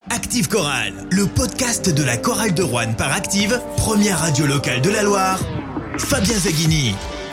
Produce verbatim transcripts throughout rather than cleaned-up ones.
Active Chorale, le podcast de la chorale de Roanne par Active, première radio locale de la Loire, Fabien Zaghini.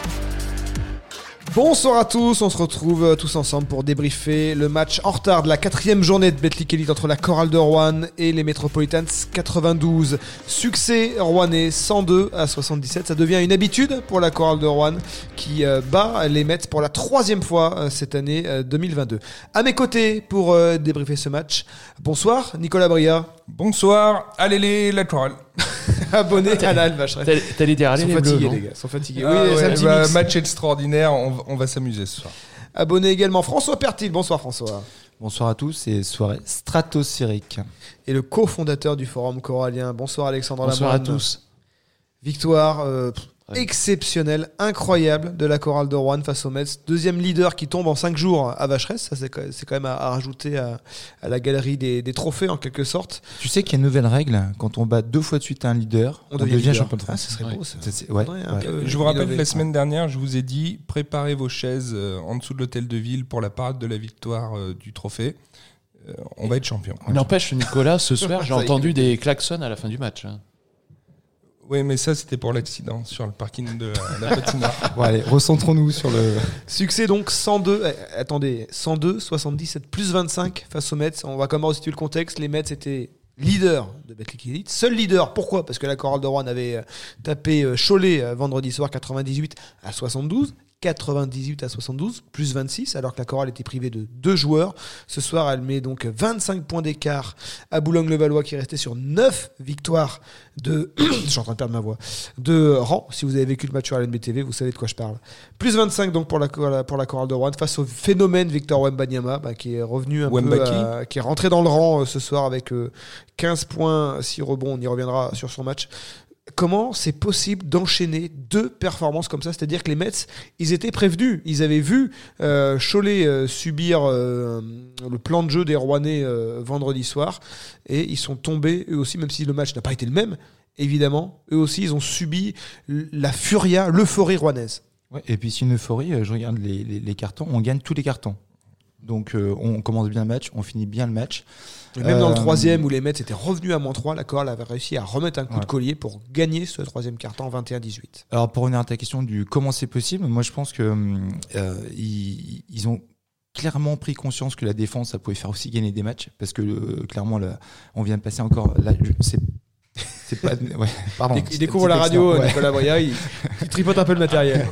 Bonsoir à tous, on se retrouve tous ensemble pour débriefer le match en retard de la quatrième journée de Betclic Elite entre la chorale de Roanne et les Metropolitans quatre-vingt-douze. Succès rouennais cent deux à soixante-dix-sept, ça devient une habitude pour la chorale de Roanne qui euh, bat les Mets pour la troisième fois euh, cette année euh, deux mille vingt-deux. À mes côtés pour euh, débriefer ce match, bonsoir Nicolas Bria. Bonsoir, allez les la chorale. Abonné à la Vacheresse. T'as, t'allais dire allez Ils sont les bleus, fatigués non les gars, ils sont fatigués. Ah oui, ouais, c'est un petit bah, mix. match extraordinaire, on, va- on va s'amuser ce soir. Abonné également François Pertil, bonsoir François. Bonsoir à tous et soirée stratosphérique. Et le cofondateur du Forum Corallien, bonsoir Alexandre Bonsoir à Lamoine. tous. Victoire euh, pff, Ouais. exceptionnelle, incroyable de la chorale de Roanne face aux Mets. Deuxième leader qui tombe en cinq jours à Vacheresse. Ça, c'est quand c'est quand même à, à rajouter à, à la galerie des, des trophées en quelque sorte. Tu sais qu'il y a une nouvelle règle, quand on bat deux fois de suite un leader, on, devient, leader. champion de Ah, France. ce serait Ouais. beau ça. Ça, c'est- ouais, Faudrait un ouais. peu Je vous rappelle innover. que la semaine dernière, je vous ai dit préparez vos chaises euh, en dessous de l'hôtel de ville pour la parade de la victoire euh, du trophée. Euh, on va être champion. N'empêche, Nicolas, ce soir, j'ai Ça y est. entendu des klaxons à la fin du match. hein. Oui, mais ça c'était pour l'accident sur le parking de la, la patinoire. Bon, allez, recentrons-nous sur le. Succès donc cent deux, eh, attendez, cent deux, soixante-dix-sept, plus vingt-cinq face aux Mets. On va comment situer le contexte. Les Mets étaient leaders de Betclic Elite. Seul leader, pourquoi ? Parce que la chorale de Roanne avait euh, tapé euh, Cholet euh, vendredi soir quatre-vingt-dix-huit à soixante-douze. quatre-vingt-dix-huit à soixante-douze, plus vingt-six, alors que la chorale était privée de deux joueurs. Ce soir, elle met donc vingt-cinq points d'écart à Boulogne-le-Valois qui restait sur neuf victoires de... Je suis en train de perdre ma voix. De rang. Si vous avez vécu le match sur L N B T V, vous savez de quoi je parle. Plus vingt-cinq donc pour la, pour la chorale de Roanne face au phénomène Victor Wembanyama bah, qui est revenu un Wembaki. peu... à- qui est rentré dans le rang euh, ce soir avec euh, quinze points, six rebonds. On y reviendra sur son match. Comment c'est possible d'enchaîner deux performances comme ça ? C'est-à-dire que les Mets, ils étaient prévenus. Ils avaient vu euh, Cholet euh, subir euh, le plan de jeu des Rouennais euh, vendredi soir. Et ils sont tombés, eux aussi, même si le match n'a pas été le même, évidemment. Eux aussi, ils ont subi la furia, l'euphorie rouennaise. Ouais, et puis c'est une euphorie, euh, je regarde les, les, les cartons, on gagne tous les cartons. Donc euh, on commence bien le match, on finit bien le match. Et même dans le Euh, troisième, où les Mets étaient revenus à moins trois, la chorale avait réussi à remettre un coup Ouais. de collier pour gagner ce troisième carton vingt et un à dix-huit. Alors pour revenir à ta question du comment c'est possible, moi je pense que euh, ils, ils ont clairement pris conscience que la défense ça pouvait faire aussi gagner des matchs parce que euh, clairement là, on vient de passer encore là je- c'est c'est pas ouais, pardon. Il découvre la Petit radio, extra, ouais. Nicolas Bria, il, il tripote un peu le matériel.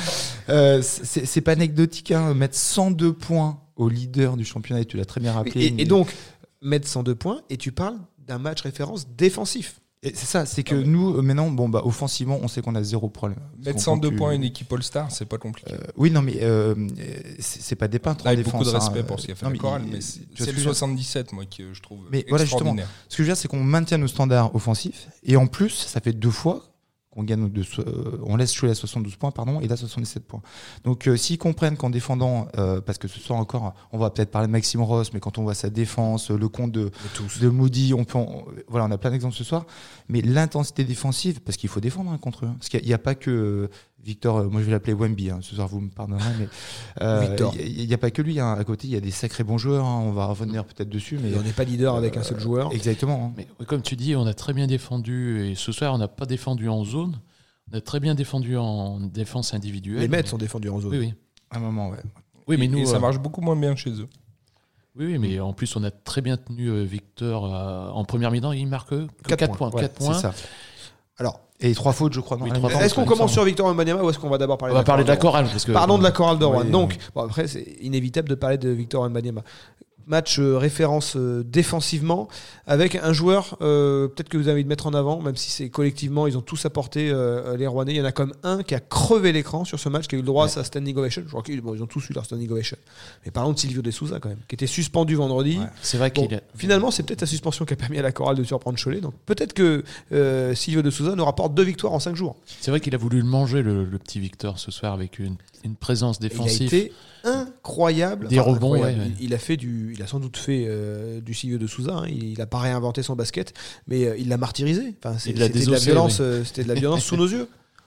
Euh, c'est c'est pas anecdotique hein, mettre cent deux points au leader du championnat, et tu l'as très bien rappelé. Et, et donc, mettre cent deux points, et tu parles d'un match référence défensif. Et c'est ça, c'est que nous euh, maintenant, bon bah offensivement, on sait qu'on a zéro problème. Parce Mettre qu'on cent deux compte points à que- une équipe All-Star, c'est pas compliqué. Euh, oui, non, mais euh, c'est c'est pas des peintres en Avec défense. beaucoup de respect hein. pour ce qu'a fait Non, la mais chorale, il- mais tu c'est vois c'est ce le que je veux dire soixante-dix-sept moi que je trouve Mais voilà, justement, extraordinaire. Ce que je veux dire, c'est qu'on maintient nos standards offensifs, et en plus, ça fait deux fois qu'on gagne de, so- euh, on laisse Cholet à soixante-douze points, pardon, et là soixante-dix-sept points. Donc, euh, s'ils comprennent qu'en défendant, euh, parce que ce soir encore, on va peut-être parler de Maxime Ross, mais quand on voit sa défense, le compte de, de Moody, on peut, en- voilà, on a plein d'exemples ce soir, mais l'intensité défensive, parce qu'il faut défendre hein, contre eux, parce qu'il n'y a, a pas que euh, Victor, euh, moi je vais l'appeler Wemby, hein, ce soir vous me pardonnerez, mais euh, Victor. il n'y a, a pas que lui, hein, à côté il y a des sacrés bons joueurs, hein, on va revenir peut-être dessus, mais Et on n'est pas leader avec un seul joueur. exactement. hein. Mais oui, comme tu dis, on a très bien défendu. Et ce soir, on n'a pas défendu en zone. On a très bien défendu en défense individuelle. Les Mets mais- sont défendus en zone. Oui, oui. À un moment, ouais. Oui, mais Et- nous. et ça euh, marche beaucoup moins bien chez eux. Oui, oui, mais en plus, on a très bien tenu euh, Victor euh, en première mi-temps. Il marque que Quatre quatre points. points. Ouais, quatre c'est points. ça. Alors, Et trois fautes, je crois. non, Oui, à la trois mi-temps. fautes. est-ce qu'on il me commence semble. sur Victor Wembanyama ou est-ce qu'on va d'abord parler On va de la parler de la chorale chorale. Parce que, Pardon de la chorale de Rouen. Oui. Donc, bon, après, c'est inévitable de parler de Victor Wembanyama. Match euh, référence euh, défensivement avec un joueur euh, peut-être que vous avez envie de mettre en avant, même si c'est collectivement, ils ont tous apporté euh, les Rouennais. Il y en a comme un qui a crevé l'écran sur ce match, qui a eu le droit à sa standing ovation. Je crois qu'ils bon, ils ont tous eu leur standing ovation. Mais parlons de Silvio De Souza quand même, qui était suspendu vendredi. Ouais. C'est vrai Bon, qu'il a. finalement, c'est peut-être la suspension qui a permis à la chorale de surprendre Cholet. Donc peut-être que euh, Silvio De Souza nous rapporte deux victoires en cinq jours. C'est vrai qu'il a voulu le manger, le, le petit Victor, ce soir, avec une, une présence Il a défensive. été incroyable. Des rebonds, incroyable. ouais, ouais. Il, il a fait du, il a sans doute fait euh, du Silvio De Souza. Hein. Il, il a pas réinventé son basket, mais euh, il l'a martyrisé. Enfin, c'est- Il l'a c'était de la désossé, violence, oui. euh, c'était de la violence sous nos yeux.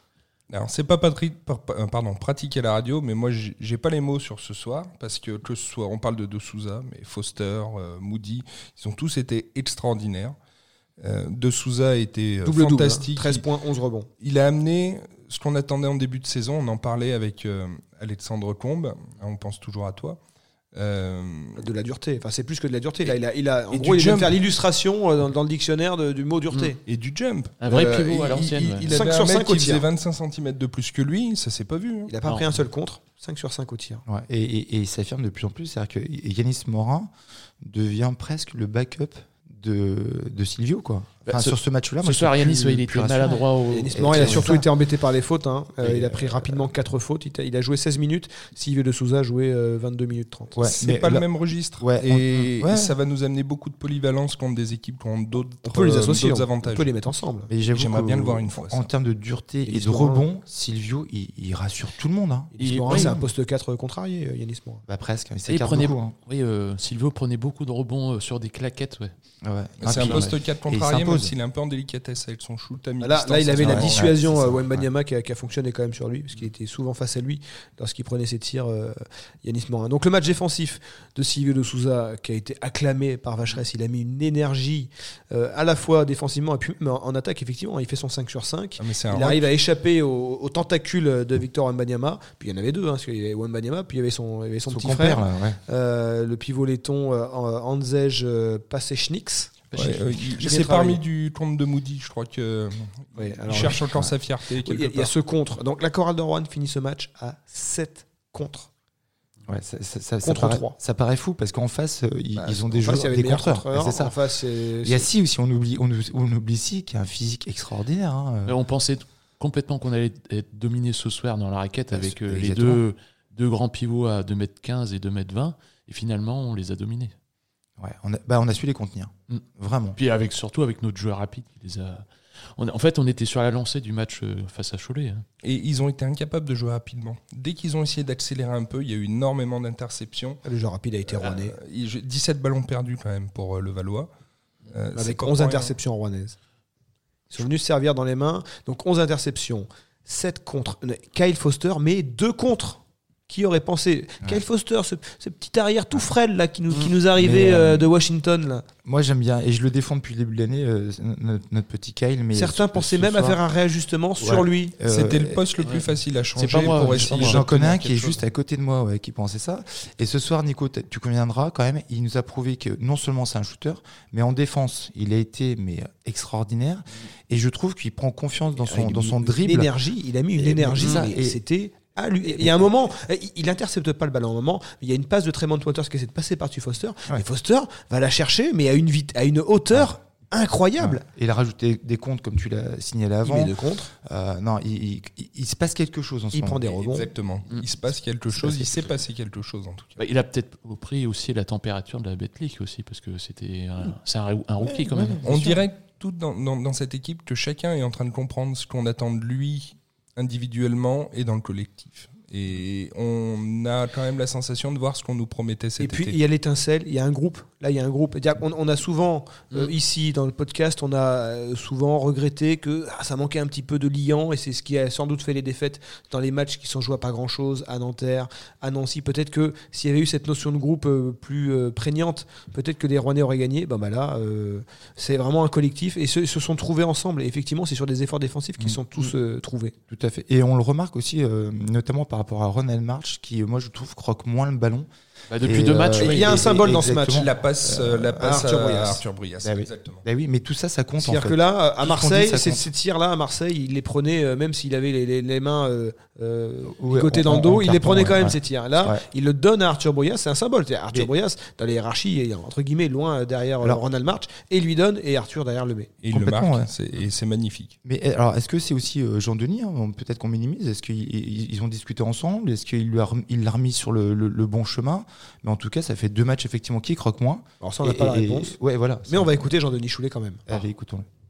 Alors, c'est pas patri- par- par- pardon, pratique à la radio, mais moi, j'ai j'ai pas les mots sur ce soir, parce que que ce soit, on parle de De Souza, mais Foster, euh, Moody, ils ont tous été extraordinaires. Euh, De Souza a été euh, Double fantastique. double, hein. treize points, onze rebonds. Il a amené ce qu'on attendait en début de saison. On en parlait avec euh, Alexandre Combe. On pense toujours à toi. Euh, De la dureté. Enfin, c'est plus que de la dureté. Là, il a, il a, en et gros, du il vient jump. de faire l'illustration euh, dans, dans le dictionnaire de- du mot dureté. et du jump. Un vrai Euh, pivot à il- l'ancienne. Il, ouais. il cinq avait sur un mec cinq au qui faisait tir. vingt-cinq centimètres de plus que lui. Ça s'est pas vu. hein. Il n'a pas Non. pris un seul contre. cinq sur cinq au tir. Ouais, et, et, et il s'affirme de plus en plus. C'est-à-dire que Yanis Morin devient presque le backup de, de Silvio, quoi. Bah, Enfin, ce- sur ce match-là, Ce moi, je soir, suis Yanis, plus- ouais, il plus était rassuré. maladroit. Au... Yanis Et- Morin, il a et surtout ça. été embêté par les fautes. Hein. Euh, Et il a pris rapidement quatre fautes. Il a, il a joué seize minutes. Silvio De Souza a joué euh, vingt-deux minutes trente. Ouais, c'est mais pas là- le même registre. Ouais, et on- ouais. ça va nous amener beaucoup de polyvalence contre des équipes qui ont d'autres, On peut les euh, associer. d'autres On, avantages. on peut les mettre ensemble. Mais j'avoue J'aimerais que, bien le voir une fois, En ça. termes de dureté et Yanis de Morin. rebond, Silvio, il, il rassure tout le monde. Hein. Yanis Il- Morin, oui. c'est un poste quatre contrarié, euh, Yanis Morin. Bah, presque. Il Et il s'écarte prenait, beaucoup. Hein. oui, euh, Silvio prenait beaucoup de rebonds euh, sur des claquettes. Ouais. Ouais. C'est un Rapide, poste ouais. quatre Et il contrarié, même s'impose. s'il est un peu en délicatesse avec son shoot à Là, mi-distance. là, il avait la ouais, dissuasion ouais, c'est ça, euh, Wembanyama qui, a, qui a fonctionné quand même sur lui, parce qu'il était souvent face à lui lorsqu'il prenait ses tirs, euh, Yanis Morin. Donc le match défensif de Silvio De Souza qui a été acclamé par Vacheresse, il a mis une énergie euh, à la fois défensivement et puis même en, en attaque, effectivement. Il fait son cinq sur cinq. Ah, mais c'est un Il arrive à échapper aux, aux tentacules de Victor Wembanyama. Puis il y en avait deux, hein, parce qu'il y avait Wembanyama, puis il y avait son, il y avait son, Son petit compère, frère, là, ouais. euh, le pivot letton euh, Anzej euh, Pasechnix. Ouais, euh, il- J'ai c'est bien parmi travaillé. du compte de Moody, je crois que Oui, il alors, cherche encore ouais. sa fierté Il quelque y, a, il y a part. ce contre. Donc la chorale de Rouen finit ce match à sept contre. Ouais, ça, ça, ça, ça Contre paraît, trois. ça paraît fou parce qu'en face, euh, ils, Bah, ils ont en des face, joueurs, il y avait des le meilleur contreurs. contreur. Ouais, c'est ça. En face, c'est- Il y a si aussi, on oublie, on, on oublie si qui a un physique extraordinaire. Hein. Euh, On pensait t- complètement qu'on allait être dominé ce soir dans la raquette Ouais, avec euh, les exactement. deux, deux grands pivots à deux mètres quinze et deux mètres vingt. Et finalement, on les a dominés. Ouais, on, a, bah, on a su les contenir. Mm. Vraiment. Puis avec, surtout avec notre joueur rapide. Qui les a... on, en fait, on était sur la lancée du match euh, face à Cholet. hein. Et ils ont été incapables de jouer rapidement. Dès qu'ils ont essayé d'accélérer un peu, il y a eu énormément d'interceptions. Le jeu rapide a été rouennais. Euh, il- dix-sept ballons perdus quand même pour euh, le Valois. Euh, c'est Avec pas onze pour rien. interceptions rouennaises. Ils sont venus se servir dans les mains. Donc onze interceptions, sept contre. Kyle Foster, mais deux contre. Qui aurait pensé Ouais. Kyle Foster, ce, ce petit arrière tout frêle là, qui nous, qui nous arrivait Mais, euh, euh, de Washington. Là. Moi, j'aime bien, et je le défends depuis le début de l'année, euh, notre, notre petit Kyle. Mais Certains ce- pensaient ce même à soir, faire un réajustement sur Ouais. lui. euh, C'était le poste le plus ouais. facile à changer pas moi, pour c'est essayer pas moi. J'en connais un d'obtenir qui est quelque juste chose. à côté de moi, ouais, qui pensait ça. Et ce soir, Nico, t- tu conviendras quand même, il nous a prouvé que non seulement c'est un shooter, mais en défense, il a été mais extraordinaire. Et je trouve qu'il prend confiance dans son, Avec dans son une dribble. énergie, il a mis une Et- énergie. ça, et et- c'était à lui. Il y a un moment, il- il intercepte pas le ballon. À un moment, il y a une passe de Tremont Waters qui essaie de passer par-dessus Foster. Ouais. Et Foster va la chercher, mais à une vite, à une hauteur incroyable. Ouais. Et il a rajouté des comptes comme tu l'as signalé Il avant. met deux contre. Euh, non, il, il- il- il se passe quelque chose en ce Il moment. prend des rebonds. Exactement. Mm. Il se passe quelque Il se chose, passe il quelque s'est chose. passé quelque chose en tout cas. Bah, il a peut-être pris aussi la température de la Betclic aussi, parce que c'était un, c'est un, un rookie quand même. On dirait tout dans, dans, dans cette équipe que chacun est en train de comprendre ce qu'on attend de lui individuellement et dans le collectif. Et on a quand même la sensation de voir ce qu'on nous promettait cet Et puis été. il y a l'étincelle, il y a un groupe. Là, il y a un groupe. C'est-à-dire qu'on- On a souvent, euh, Mm. ici, dans le podcast, on a euh, souvent regretté que ah, ça manquait un petit peu de liant, et c'est ce qui a sans doute fait les défaites dans les matchs qui sont joués à pas grand-chose, à Nanterre, à Nancy. Peut-être que s'il y avait eu cette notion de groupe euh, plus euh, prégnante, peut-être que les Rouennais auraient gagné. Ben, ben là, euh, c'est vraiment un collectif, et se, se sont trouvés ensemble. Et effectivement, c'est sur des efforts défensifs qu'ils Mm. sont tous euh, trouvés. Tout à fait. Et on le remarque aussi, euh, notamment par rapport à Ronald March, qui, euh, moi, je trouve, croque moins le ballon. Bah, depuis Et, deux euh, matchs, il oui. y a un et- symbole et- dans ce match. exactement. La passe, euh, la passe Arthur à Boyas. Arthur Boyas. Ah oui. Exactement. Bah oui, mais tout ça, ça compte en C'est-à-dire fait. que là, à Tout ce qu'on Marseille, dit, ça ces, compte. ces tirs-là, à Marseille, il les prenait, euh, même s'il avait les, les- les mains euh, euh, Ouais, ligotées en- dans le en- dos, en il les carton, prenait quand ouais, même, ouais. ces tirs. Là, Ouais. il le donne à Arthur Boyas, c'est un symbole. C'est Arthur Mais- Boyas, dans les hiérarchies, il est, entre guillemets, loin derrière euh, Alors- Ronald March, et il lui donne, et Arthur derrière le met. Et il le Complètement, marque, ouais. c'est- et c'est magnifique. Mais eh, alors, est-ce que c'est aussi euh, Jean-Denis hein, peut-être qu'on minimise. Est-ce qu'ils ils- ils ont discuté ensemble? Est-ce qu'il lui a rem- il l'a remis sur le, le- le bon chemin? Mais en tout cas, ça fait deux matchs effectivement qui croquent moins. Alors ça, on n'a Et- pas la et- réponse. Ouais, voilà. Mais on va écouter Jean-Denis Choulet quand même. Allez, écoutons-le.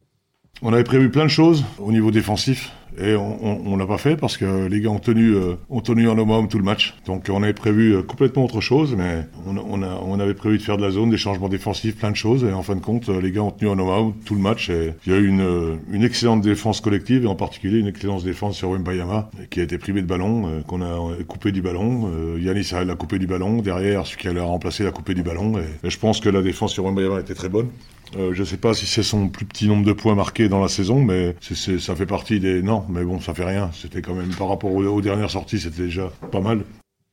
On avait prévu plein de choses au niveau défensif et on ne l'a pas fait parce que les gars ont tenu, euh, ont tenu en homme tout le match. Donc on avait prévu euh, complètement autre chose, mais on, on, a, on avait prévu de faire de la zone, des changements défensifs, plein de choses. Et en fin de compte, les gars ont tenu en homme tout le match. Et il y a eu une, une excellente défense collective et en particulier une excellente défense sur Wembayama qui a été privé de ballon, euh, qu'on a coupé du ballon. Euh, Yanis l'a coupé du ballon. Derrière, celui qui l'a remplacé l'a coupé du ballon. Et, et je pense que la défense sur Wembayama était très bonne. Euh, je sais pas si c'est son plus petit nombre de points marqués dans la saison, mais c'est, c'est, ça fait partie des... Non, mais bon, ça fait rien. C'était quand même, par rapport aux, aux dernières sorties, c'était déjà pas mal.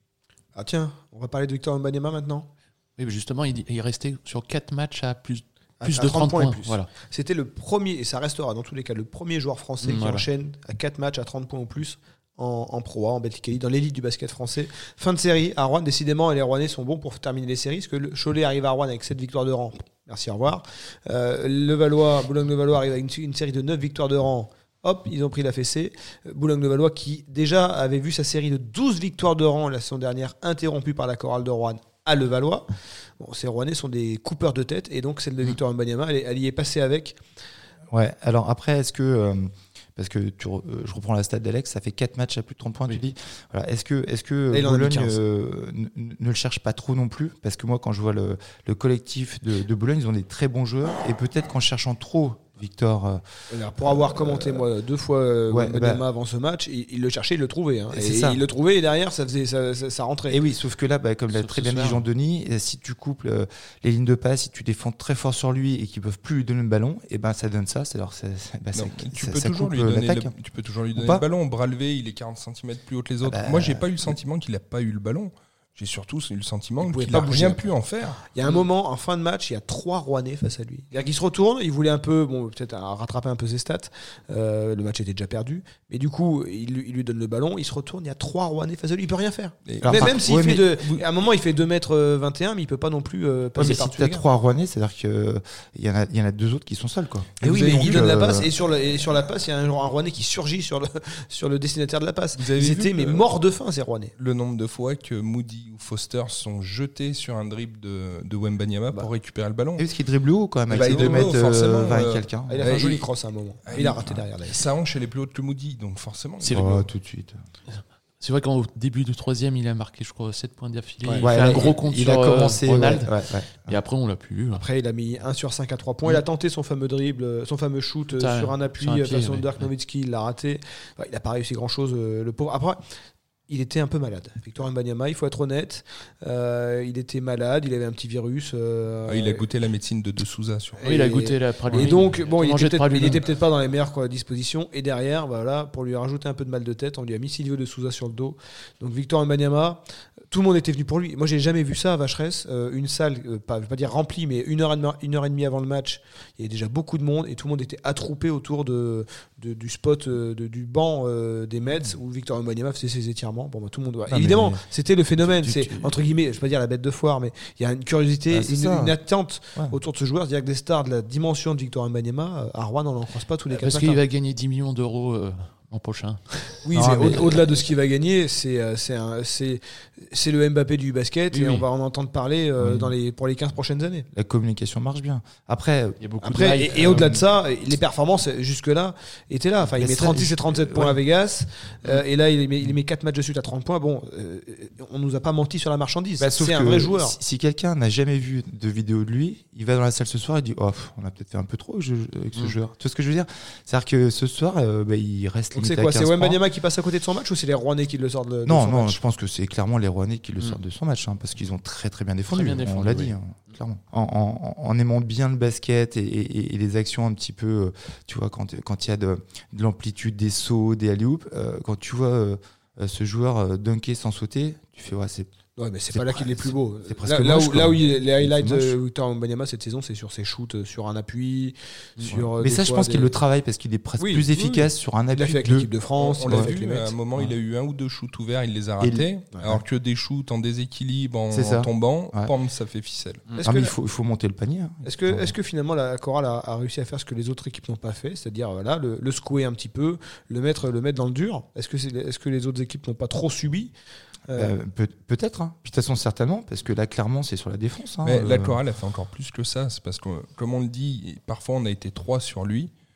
Ah tiens, on va parler de Victor Wembanyama maintenant. Oui, mais justement, il, il restait sur quatre matchs à plus, plus à de trente, trente points. points. Plus. Voilà. C'était le premier, et ça restera dans tous les cas, le premier joueur français mmh, qui voilà. enchaîne à quatre matchs à trente points ou plus en, en Pro A, en Betclic Elite, dans l'élite du basket français. Fin de série à Rouen, décidément, les Rouennais sont bons pour terminer les séries, parce que le Cholet arrive à Rouen avec sept victoires de rang. Merci, au revoir. Euh, le Valois, Boulogne-le-Valois arrive avec une, une série de neuf victoires de rang. Hop, ils ont pris la fessée. Boulogne-le-Valois qui déjà avait vu sa série de douze victoires de rang la saison dernière interrompue par la chorale de Rouen à Levallois. Bon, ces Rouennais sont des coupeurs de tête et donc celle de Victor Wembanyama, elle, elle y est passée avec. Ouais, alors après, est-ce que... Euh, parce que tu, euh, je reprends la stat d'Alex, ça fait quatre matchs à plus de trente points, oui. Tu dis. Voilà, est-ce que, est-ce que Boulogne euh, ne, ne le cherche pas trop non plus? Parce que moi, quand je vois le, le collectif de, de Boulogne, ils ont des très bons joueurs. Et peut-être qu'en cherchant trop Victor... Euh, Alors, pour avoir commenté, euh, moi, deux fois euh, ouais, Wembanyama bah, avant ce match, il, il le cherchait, il le trouvait. Hein. Et ça. Il le trouvait et derrière, ça, faisait, ça, ça, ça rentrait. Et oui, sauf que là, bah, comme l'a très bien dit Jean-Denis, si tu couples euh, les lignes de passe, si tu défends très fort sur lui et qu'ils ne peuvent plus lui donner le ballon, et ben ça donne ça. C'est-à-dire, ça, bah, non, ça, tu, ça, peux ça toujours coupe lui donner l'attaque. Le, tu peux toujours lui donner le ballon. Bras levé, il est quarante centimètres plus haut que les autres. Bah, Moi, j'ai pas eu le sentiment qu'il n'a pas eu le ballon. J'ai surtout eu le sentiment qu'il n'a rien pu en faire. Il y a un moment, en fin de match, il y a trois Rouennais face à lui. C'est-à-dire qu'il se retourne, il voulait un peu, bon, peut-être rattraper un peu ses stats. Euh, le match était déjà perdu. Mais du coup, il, il lui donne le ballon, il se retourne, il y a trois Rouennais face à lui, il peut rien faire. Et alors, même même s'il ouais, fait de, vous... à un moment, il fait deux mètres vingt et un, mais il peut pas non plus euh, passer ouais, par si tu as trois Rouennais, c'est-à-dire qu'il y, en a, y en a deux autres qui sont seuls, quoi. Et, et oui, mais il donne euh... la passe, et sur, le, et sur la passe, il y a un, un Rouennais qui surgit sur le, sur le destinataire de la passe. Ils étaient mais morts de faim, ces Rouennais. Le nombre de fois que Moody ou Foster sont jetés sur un dribble de, de Wembanyama bah. pour récupérer le ballon. Et parce qu'il dribble haut quand même, bah, avec deux mètres euh, vingt et quelqu'un. Il a fait un joli cross à un moment. Ah, il a raté derrière. Sa hanche, elle est plus haute que Moody, donc forcément. C'est oh, tout de suite. C'est vrai qu'au début du troisième, il a marqué, je crois, sept points d'affilée. Ouais, il ouais, fait un gros compte il sur a commencé, Ronald. Ouais, ouais, ouais. Et après, on l'a plus. Après, il a mis un sur cinq à trois points. Il a tenté son fameux dribble, son fameux shoot Putain, sur un appui sur un pied, façon ouais, Dirk Nowitzki. Ouais. Il l'a raté. Il n'a pas réussi grand-chose, le pauvre. Après, il était un peu malade. Victor Wembanyama, il faut être honnête. Euh, il était malade, il avait un petit virus. Euh, ah, il a goûté la médecine de De Souza. Sur... Oui, il a goûté la praline. Et donc, bon, il était, peut-être, il était peut-être pas dans les meilleures quoi, dispositions. Et derrière, voilà, pour lui rajouter un peu de mal de tête, on lui a mis Silvio De Souza sur le dos. Donc Victor Wembanyama, tout le monde était venu pour lui. Moi, j'ai jamais vu ça à Vacheresse. Euh, une salle, euh, pas, je vais pas dire remplie, mais une heure, et demie, une heure et demie avant le match, il y avait déjà beaucoup de monde et tout le monde était attroupé autour de, de, du spot, de, de, du banc euh, des Mets où Victor Wembanyama faisait ses étirements. Bon, bah, tout le monde doit. Non, évidemment, mais... c'était le phénomène. Tu, tu, c'est tu... entre guillemets, je vais pas dire la bête de foire, mais il y a une curiosité, ah, une, une attente ouais. autour de ce joueur. C'est-à-dire que des stars de la dimension de Victor Wembanyama, à Rouen, on n'en croise pas tous les quatre. Parce qu'il va gagner dix millions d'euros. Euh... L'an prochain. Oui, non, mais mais... au-delà de ce qu'il va gagner, c'est, c'est, un, c'est, c'est le Mbappé du basket oui, et oui. on va en entendre parler euh, oui. dans les, pour les quinze prochaines années. La communication marche bien. Après, il y a beaucoup Après de et, et au-delà de ça, les performances jusque-là étaient là. Enfin, il met trente-six et trente-sept points ouais. à Vegas euh, et là, il met, il met quatre matchs de suite à trente points. Bon, euh, on nous a pas menti sur la marchandise. Bah, c'est un vrai joueur. Si, si quelqu'un n'a jamais vu de vidéo de lui, il va dans la salle ce soir et dit oh, on a peut-être fait un peu trop avec ce mmh. joueur. Tu vois ce que je veux dire? C'est-à-dire que ce soir, euh, bah, il reste Donc c'est quoi? C'est Wembanyama qui passe à côté de son match ou c'est les Rouennais qui le sortent de, de non, son non, match? Je pense que c'est clairement les Rouennais qui le sortent mmh. de son match hein, parce qu'ils ont très très bien défendu. Très bien défendu on l'a oui. dit, hein, clairement. En, en, en aimant bien le basket et, et, et les actions un petit peu, tu vois, quand quand il y a de, de l'amplitude, des sauts, des alley-oops, euh, quand tu vois euh, ce joueur euh, dunker sans sauter, tu fais ouais, c'est. Ouais, mais c'est, c'est pas là qu'il est plus beau. C'est presque là, moche, là où, là où il, les highlights de Victor Wembanyama cette saison, c'est sur ses shoots, sur un appui, ouais. sur. Mais ça, je pense des... qu'il le travaille parce qu'il est presque oui, plus efficace oui. sur un appui. Il l'a fait avec de... l'équipe de France. On, on l'a vu. À un moment, ouais. il a eu un ou deux shoots ouverts, il les a ratés. Ouais. Alors que des shoots en déséquilibre, en, en tombant, ouais. pam, ça fait ficelle. Ah, mais il faut, il faut monter le panier. Hein. Est-ce que, ouais. est-ce que finalement la chorale a, a réussi à faire ce que les autres équipes n'ont pas fait, c'est-à-dire voilà, le, le secouer un petit peu, le mettre, le mettre dans le dur. Est-ce que, c'est, est-ce que les autres équipes n'ont pas trop subi? Euh, peut, peut-être, hein. Puis de toute façon certainement, parce que là clairement c'est sur la défense. Hein, mais euh... la chorale a fait encore plus que ça, c'est parce que comme on le dit, parfois on a été trois sur lui,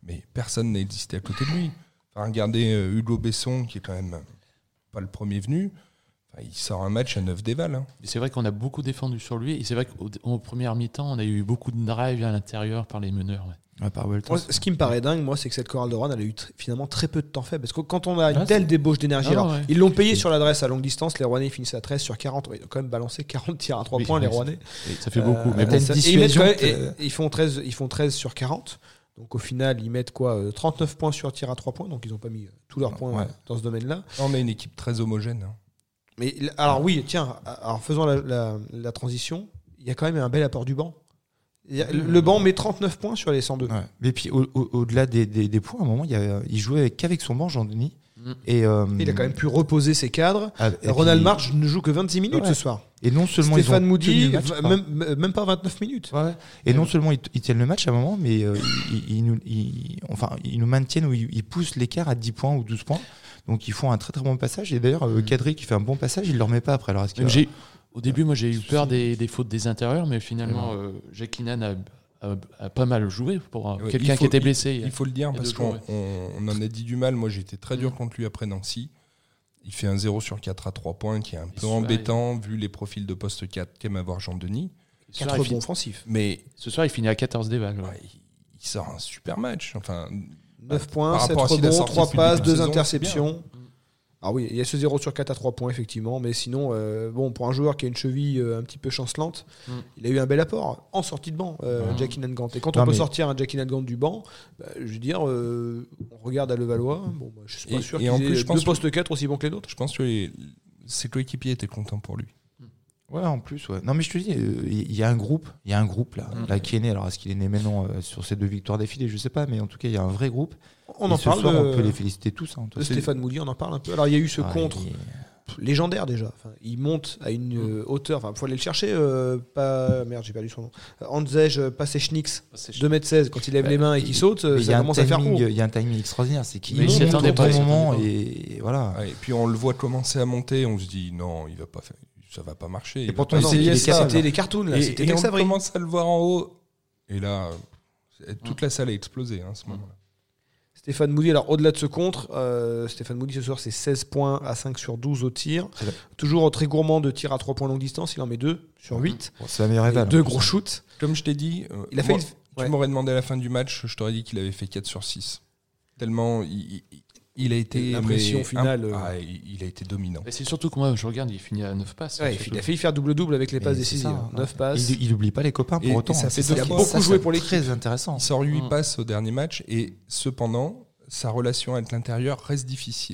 mais personne n'a existé à côté de lui. Enfin, regardez euh, Hugo Besson, qui est quand même pas le premier venu. Enfin, il sort un match à neuf déval. Hein. C'est vrai qu'on a beaucoup défendu sur lui. Et c'est vrai qu'au première mi-temps, on a eu beaucoup de drive à l'intérieur par les meneurs. Ouais. Ouais, par Welton. Moi, ce qui me paraît dingue, moi, c'est que cette chorale de Rouen, elle a eu tr- finalement très peu de temps fait. Parce que quand on a une Ah, telle c'est- débauche d'énergie, Ah, alors ouais. ils l'ont payé sur l'adresse à longue distance. Les Rouennais finissent à treize sur quarante. Ouais, ils ont quand même balancé quarante tirs à trois Oui, points, les oui, Rouennais. Et ça fait beaucoup. Euh, Mais t'as bon, une ça- et ils, mettent quand même- dissuasion et- et ils font treize, ils font treize sur quarante. Donc au final, ils mettent quoi euh, trente-neuf points sur tir à trois points. Donc ils n'ont pas mis euh, tous leurs points Ouais. euh, dans ce domaine-là. On a une équipe très homogène. Hein. Mais l- alors oui, tiens, en faisant la, la- la transition, il y a quand même un bel apport du banc. Il y a- le, le banc met trente-neuf points sur les cent deux. Ouais. Et puis au- au- au-delà des, des, des points, à un moment, il, y a, il jouait avec- qu'avec son banc, Jean-Denis. Mm. Et, euh, Il a quand même pu reposer ses cadres. ah, et Ronald puis- March ne joue que vingt-six minutes Ouais. ce soir. Et non seulement Stéphane ils ont tenu Moody, le match, v- pardon. même, même pas vingt-neuf minutes. Ouais. Et non seulement ils, ils tiennent le match à un moment, mais euh, ils, ils nous, ils- enfin, ils nous maintiennent ou ils, ils poussent l'écart à dix points ou douze points. Donc ils font un très très bon passage. Et d'ailleurs, euh, Kadri qui fait un bon passage, il ne le remet pas après. Alors, est-ce que, Même j'ai- au début, moi, j'ai eu peur des, des fautes des intérieurs, mais finalement, euh, Jacques Keenan a, a- a pas mal joué pour euh, Ouais, quelqu'un il qui faut- était blessé. Il, il faut le dire il y a parce deux qu'on jours, on- on en a dit du mal. Moi, j'ai été très dur Mm. contre lui après Nancy. Il fait un zéro sur quatre à trois points qui est un Et peu soir, embêtant vu les profils de poste quatre qu'aime avoir Jean-Denis. Ce Quatre soir, il rebonds finit, offensifs. Mais ce soir, il finit à quatorze déval. ouais. ouais, il, il sort un super match. Enfin, neuf points, par sept rapport à s'il a rebonds, sorti trois depuis le passes, début de deux saison, interceptions. Ah oui, il y a ce zéro sur quatre à trois points, effectivement. Mais sinon, euh, bon, pour un joueur qui a une cheville euh, un petit peu chancelante, Mm. il a eu un bel apport en sortie de banc, euh, Mm. Jackie Nangant. Et quand Non, on peut mais- sortir un Jackie Nangant du banc, bah, je veux dire, euh, on regarde à Levallois. Bon, bah, je suis pas Et- sûr et qu'il en ait plus, je pense deux que- postes quatre aussi bons que les nôtres. je pense que les- ses coéquipiers étaient contents pour lui. Ouais, en plus, ouais. Non, mais je te dis, euh, il y a un groupe, il y a un groupe là, Mm. là qui est né. Alors, est-ce qu'il est né maintenant euh, sur ces deux victoires d'affilée? Je sais pas, mais en tout cas, il y a un vrai groupe. On Et en ce parle soir, de, on peut les féliciter tous. Hein, de toi. Stéphane Moody, on en parle un peu. Alors, il y a eu ce Ah, contre il- pff, légendaire déjà. Enfin, il monte à une euh, hauteur. Enfin, il faut aller le chercher. euh, pas merde, j'ai perdu son nom. Andzej Pasechnix, deux mètres seize. Quand il lève Ouais, les mains et qu'il saute, Mais il y ça a un commence à faire timing, court. il y a un timing extraordinaire, c'est qu'il Mais il monte s'y attendait au pas, bon il s'y moment attendait pas. et voilà. Ouais, et puis on le voit commencer à monter, on se dit non, il va pas faire, ça va pas marcher. il va pourtant, pas il Non, sait essayer qu'il est c'était ça. capable. les cartoons, là. Et, C'était et Tex on Avery. commence à le voir en haut. Et là, c'est- toute la salle a explosé hein, à ce moment-là. Stéphane Moody, alors au-delà de ce contre, euh, Stéphane Moody ce soir c'est seize points à cinq sur douze au tir. C'est la- Toujours très gourmand de tir à trois points longue distance, il en met deux sur huit. Bon, c'est la meilleure éval. Deux gros shoots. Comme je t'ai dit, euh, Il a fait moi, une- tu ouais. m'aurais demandé à la fin du match, je t'aurais dit qu'il avait fait quatre sur six. Tellement il, il- il a été. L'impression mais, finale, un- euh. ah, il, il a été dominant. Mais c'est surtout que moi, je regarde, il finit à neuf passes. Ouais, surtout. il a failli faire double-double avec les Mais passes c'est décisives. ça, hein. neuf passes. Il, il oublie pas les copains pour Et- autant. et ça hein. fait C'est deux ça fois- qui- beaucoup ça, joué c'est pour l'équipe. Très intéressant. Il sort huit Mm. passes au dernier match et cependant, sa relation avec l'intérieur reste difficile.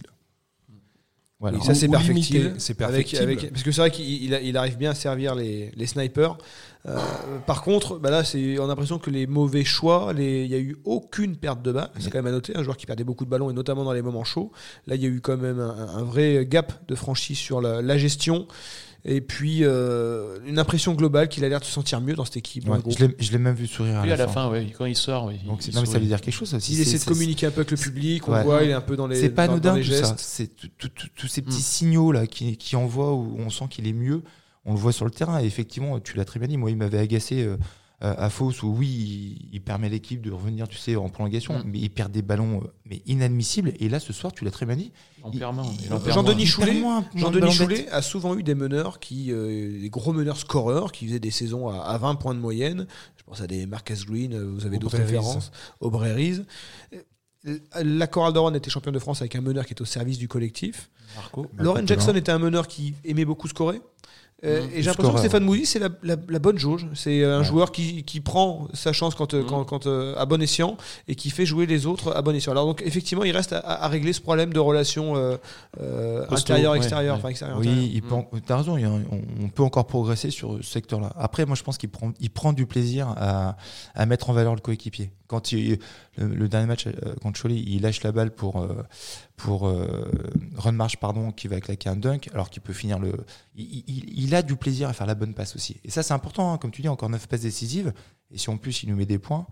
Voilà. Oui, ça c'est Ou perfectible. limité, c'est Avec, perfectible. avec- parce que c'est vrai qu'il il- il arrive bien à servir les, les snipers. Euh, par contre, bah là, c'est, on a l'impression que les mauvais choix, les- il n'y a eu aucune perte de balle. C'est quand même à noter, un joueur qui perdait beaucoup de ballons et notamment dans les moments chauds. Là, il y a eu quand même un, un vrai gap de franchise sur la, la gestion. Et puis, euh, une impression globale qu'il a l'air de se sentir mieux dans cette équipe. dans Ouais, le groupe. je l'ai- je l'ai même vu sourire à Lui, la, à la fin. fin, ouais, quand il sort, ouais, Donc, il c'est- non, mais ça sourit. veut dire quelque chose aussi. Il C'est- essaie de c'est- communiquer un peu avec le public, on Ouais. voit, il est un peu dans les, C'est pas dans- anodin dans les tout ça. gestes. C'est tout- tout- tout- tous ces petits Mm. signaux là qui, qui envoient où on sent qu'il est mieux. On le voit sur le terrain. Et effectivement, tu l'as très bien dit. Moi, il m'avait agacé euh, à Fos où oui, il, il permet à l'équipe de revenir, tu sais, en prolongation, Mm. mais il perd des ballons euh, mais inadmissibles. Et là, ce soir, tu l'as très bien dit. Tempérament, il- il en il- perd Jean-Denis moins. il Choulet, perd moins- moins de Jean-Denis ballons Choulet bêtes. a souvent eu des meneurs qui, euh, des gros meneurs scoreurs qui faisaient des saisons à, à vingt points de moyenne. Je pense à des Marcus Green, euh, vous avez d'autres Aubrey Rees. références. Aubrey Rees. Euh, La Chorale de Rouen était championne de France avec un meneur qui est au service du collectif. Marco. Lauren Jackson était un meneur qui aimait beaucoup scorer. Euh, Mmh. et j'ai l'impression que Scoreur. Stéphane Moody, c'est la, la- la bonne jauge. C'est un Ouais. joueur qui, qui prend sa chance quand, euh, Mmh. quand, quand, euh, à bon escient et qui fait jouer les autres à bon escient. Alors donc effectivement, il reste à, à régler ce problème de relation euh, euh, Costaud, intérieur-extérieur. ouais, Enfin, extérieur, Oui, il Mm. peut, t'as raison, il y a un- on, on peut encore progresser sur ce secteur-là. Après, moi, je pense qu'il prend, il prend du plaisir à, à mettre en valeur le coéquipier. Quand il, le, le dernier match euh, contre Cholet, il lâche la balle pour, euh, pour euh, Run March, pardon, qui va claquer un dunk, alors qu'il peut finir le. Il, il, il a du plaisir à faire la bonne passe aussi. Et ça, c'est important, hein, comme tu dis, encore neuf passes décisives. Et si en plus il nous met des points,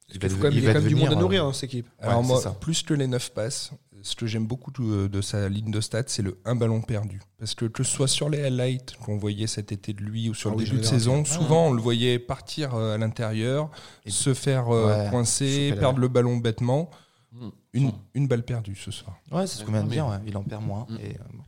Il faut quand même, il y a quand même du monde à nourrir dans cette équipe. Alors Ouais, moi, c'est ça. plus que les neuf passes, ce que j'aime beaucoup de, de sa ligne de stats, c'est le un ballon perdu. Parce que que ce soit sur les highlights qu'on voyait cet été de lui ou sur Ah le oui, début de je l'ai saison, raté. souvent on le voyait partir euh, à l'intérieur, Et- se faire euh, Ouais, coincer, choper la perdre balle. le ballon bêtement. Mm. Une, Son- une balle perdue ce soir. Ouais, c'est ce qu'on vient de Ouais, dire. ouais. Il en perd moins. Mm. Et, euh, bon.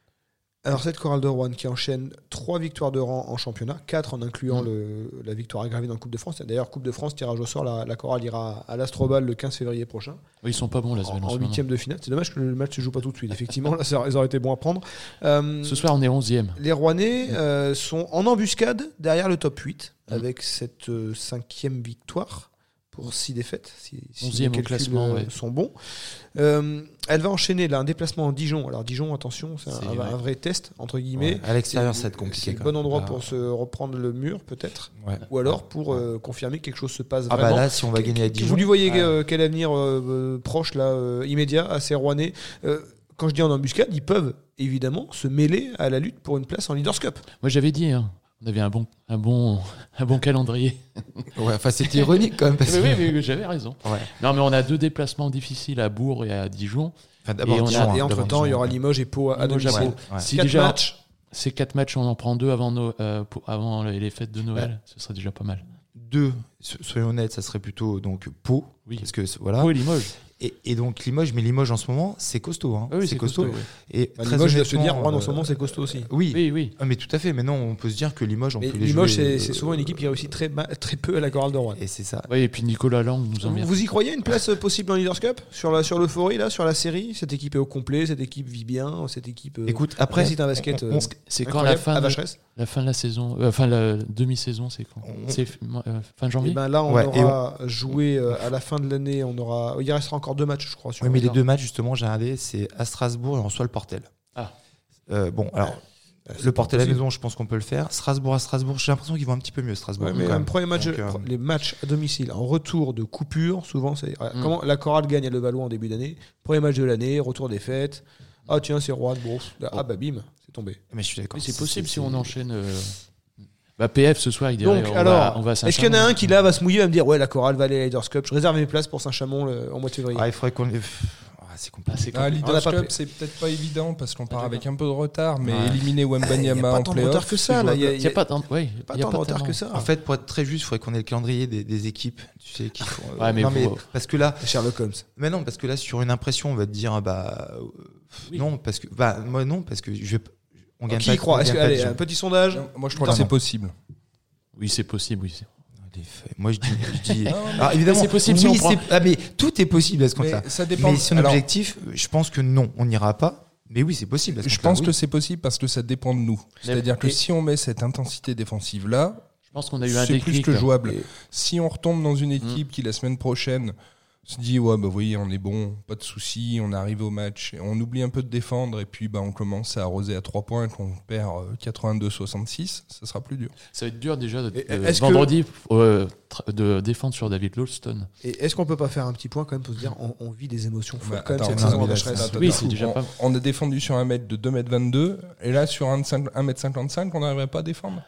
Alors cette chorale de Rouen qui enchaîne trois victoires de rang en championnat, quatre en incluant Mm. le, la victoire aggravée dans la Coupe de France. D'ailleurs, Coupe de France, tirage au sort, la, la chorale ira à l'Astrobal le quinze février prochain, Oui, ils sont pas bons, là, en, en huitième de finale. C'est dommage que le match se joue pas tout de suite. Effectivement, là, ça, ils auraient été bons à prendre. Euh, Ce soir, on est onzième. les Rouennais euh, sont en embuscade derrière le top huit, Mm. avec cette euh, cinquième victoire pour six défaites, si, si onzième les au calculs classement, euh, ouais. sont bons. Euh, elle va enchaîner là, un déplacement en Dijon. Alors Dijon, attention, c'est un, C'est un- vrai. un vrai test, entre guillemets. Ouais, à l'extérieur, C'est- ça va être compliqué. C'est le quand bon même. endroit Ah, pour se reprendre le mur, peut-être. ouais. Ou alors pour euh, confirmer que quelque chose se passe Ah bah vraiment. là, si on va gagner à Dijon. Vous lui voyez Ouais. euh, quel avenir euh, euh, proche, là, euh, immédiat, à ces Rouennais euh, Quand je dis en embuscade, ils peuvent évidemment se mêler à la lutte pour une place en Leaders Cup. Moi, j'avais dit, hein, on avait un bon, un bon, un bon calendrier. Ouais, enfin, c'était ironique quand même. Parce Mais que... oui, mais j'avais raison. Ouais. Non, mais on a deux déplacements difficiles à Bourg et à Dijon. Enfin, d'abord, Et on a- Dijon, hein, Et d'abord entre-temps, il y aura Dijon. Limoges et Pau à, à Limoges à domicile. Pau. Ouais. Si Quatre déjà matchs. ces quatre matchs, on en prend deux avant, no- euh, pour- avant les les fêtes de Noël, ce serait déjà pas mal. Deux, so- soyons honnêtes, ça serait plutôt donc Pau. Oui. Parce que voilà. Pau et Limoges. Et, et donc Limoges, mais Limoges en ce moment, c'est costaud. Hein. Ah oui, c'est costaud. oui. Et Bah, très Limoges, je dois te honnêtement, dire, Rouen en euh, ce moment, c'est costaud aussi. Oui. Oui, oui. Ah, mais tout à fait. Mais non, on peut se dire que Limoges, on Mais peut les Limoges, jouer, c'est euh, c'est souvent une équipe qui réussit très, ma- très peu à la chorale de Rouen. Et c'est ça. Oui, et puis Nicolas Lang nous Vous, emmerde. vous y croyez une place possible en Leaders Cup sur la sur l'euphorie là, sur la série? Cette équipe est au complet, cette équipe vit bien, cette équipe. euh, Écoute, après, récite un basket. on- euh, on- C'est quand la incroyable, fin, à de, Vacheresse. la fin de la saison, euh, enfin la demi-saison, c'est quand On- C'est euh, fin Et janvier. ben là, on Ouais, et aura joué euh, à la fin de l'année. On aura, il restera encore deux matchs, je crois. Sur Oui, mais les Rouen. deux matchs, justement, j'ai regardé, c'est à Strasbourg et on reçoit le Portel. Ah. Euh, bon, alors, c'est le pas Portel à la possible. maison, je pense qu'on peut le faire. Strasbourg à Strasbourg, j'ai l'impression qu'ils vont un petit peu mieux, Strasbourg. Ouais, mais quand un même. premier match, Donc, euh, les matchs à domicile en retour de coupure, souvent c'est ouais, Mm. comment la chorale gagne à Levallois en début d'année. Premier match de l'année, retour des fêtes. Ah tiens, c'est Rouen. Bon, ah bah bim, c'est tombé. Mais je suis d'accord. Oui, c'est possible si on enchaîne. euh, Bah, P F ce soir, il dirait Donc on alors, va, on va à est-ce qu'il y en a Saint-Chamond. un qui là va se mouiller, va me dire ouais la chorale va aller à la Leaders Cup. Je réserve mes places pour Saint-Chamond le- en mois de février. Ah, il faudrait qu'on. Pff, ah, c'est Ah, compliqué. c'est Ah, compliqué. On a Leaders pas Cup, pu- c'est peut-être pas évident parce qu'on part Ah, avec un peu de retard, mais Ouais. éliminer Il n'y Wembanyama a pas en tant de playoff. retard que c'est ça là. Il y a, jouable. Il n'y a pas tant, ouais, pas il y a tant de retard tellement- que ça. En fait, pour être très juste, il faudrait qu'on ait le calendrier des, des équipes, tu sais, qui font. euh, Ouais, mais non, mais faut- parce que là, Sherlock Holmes. mais non, parce que là, sur une impression, on va te dire, ah bah, euh, Oui. non, parce que, bah, moi non, parce que je, vais- on gagne Qui pas. y croit on Est-ce que gagne pas allez, Dijon. un petit sondage. Moi, je crois Pardon. que c'est possible. Oui, c'est possible. Oui. c'est- Les faits. Moi, je dis, je dis- Non, mais- alors évidemment, c'est possible si oui, on prend- c'est- ah, mais tout est possible à ce Mais compte-là. ça dépend. Mais son Alors, objectif, je pense que non, on n'ira pas. Mais oui, c'est possible. à ce je compte-là, pense oui. que c'est possible parce que ça dépend de nous. C'est-à-dire que Et- si on met cette intensité défensive là, Je pense qu'on a eu un c'est plus déclic. que jouable. Et- Si on retombe dans une équipe qui la semaine prochaine se dit ouais bah vous voyez on est bon, pas de souci, on arrive au match, et on oublie un peu de défendre et puis bah on commence à arroser à trois points et qu'on perd euh, quatre-vingt-deux soixante-six, ça sera plus dur. Ça va être dur déjà de, Et- de- est-ce que- vendredi euh, tra- de défendre sur David Lawston. Et est-ce qu'on peut pas faire un petit point quand même pour se dire on, on vit des émotions folles Bah, quand même attends, cette non, saison mais à là, Vacheresse. c'est- Oui, c'est déjà on, pas. on a défendu sur un mètre de deux mètres vingt-deux et là sur un mètre cinquante-cinq on n'arriverait pas à défendre.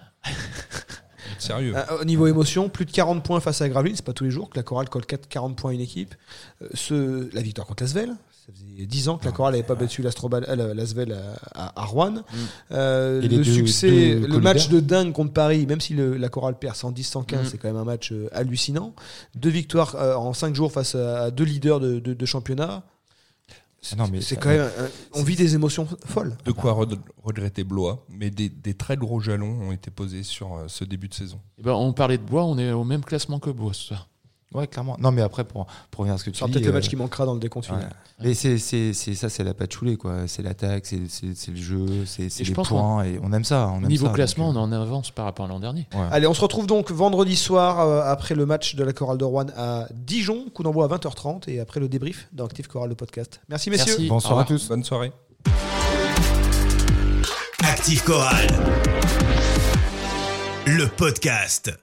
Sérieux. Ah, au niveau émotion, plus de quarante points face à Gravelines, c'est pas tous les jours que la chorale colle quatre- quarante points à une équipe. Euh, ce, la victoire contre l'Asvel, ça faisait dix ans que la chorale n'avait pas battu l'Astrobal- euh, l'Asvel à, à, à Rouen. Euh, Et les le deux- succès, deux le match Colbert. de dingue contre Paris, même si le- la chorale perd cent dix cent quinze, Mm. c'est quand même un match euh, hallucinant. Deux victoires euh, en cinq jours face à, à deux leaders de, de, de championnat. Ah non, mais C'est ça- quand même, un- on vit des émotions folles. De quoi re- regretter Blois, mais des, des très gros jalons ont été posés sur euh, ce début de saison. Eh ben, on parlait de Bois, on est au même classement que Bois ce soir. Ouais, clairement. Non, mais après, pour, pour revenir à ce que Ce tu sera dis. peut-être le euh, match qui manquera dans le décompte ouais. final. Mais c'est, c'est, c'est ça, c'est la patchoulée, quoi. C'est l'attaque, c'est, c'est, c'est le jeu, c'est, c'est Et je les pense points, et on aime ça. On aime Niveau ça, classement, donc, on en avance par rapport à l'an dernier. euh, ouais. Allez, on se retrouve donc vendredi soir euh, après le match de la chorale de Rouen à Dijon, coup d'envoi à vingt heures trente et après le débrief dans Active Chorale le podcast. Merci messieurs. Merci. Bonsoir Au à revoir. tous. Bonne soirée. Active Chorale. Le podcast.